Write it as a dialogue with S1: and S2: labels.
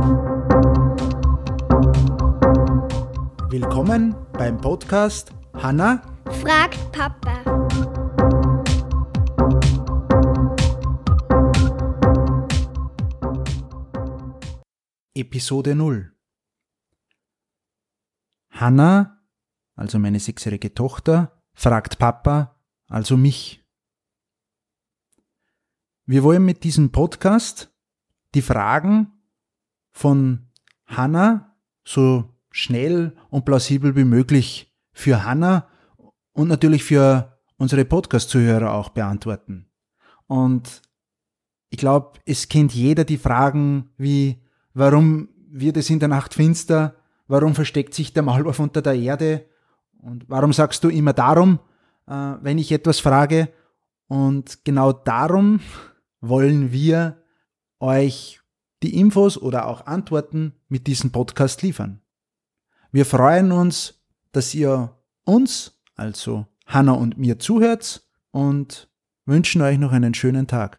S1: Willkommen beim Podcast Hanna
S2: fragt Papa.
S1: Episode 0. Hanna, also meine 6-jährige Tochter, fragt Papa, also mich. Wir wollen mit diesem Podcast die Fragen von Hanna so schnell und plausibel wie möglich für Hanna und natürlich für unsere Podcast-Zuhörer auch beantworten. Und ich glaube, es kennt jeder die Fragen wie, warum wird es in der Nacht finster? Warum versteckt sich der Maulwurf unter der Erde? Und warum sagst du immer darum, wenn ich etwas frage? Und genau darum wollen wir euch die Infos oder auch Antworten mit diesem Podcast liefern. Wir freuen uns, dass ihr uns, also Hanna und mir, zuhört und wünschen euch noch einen schönen Tag.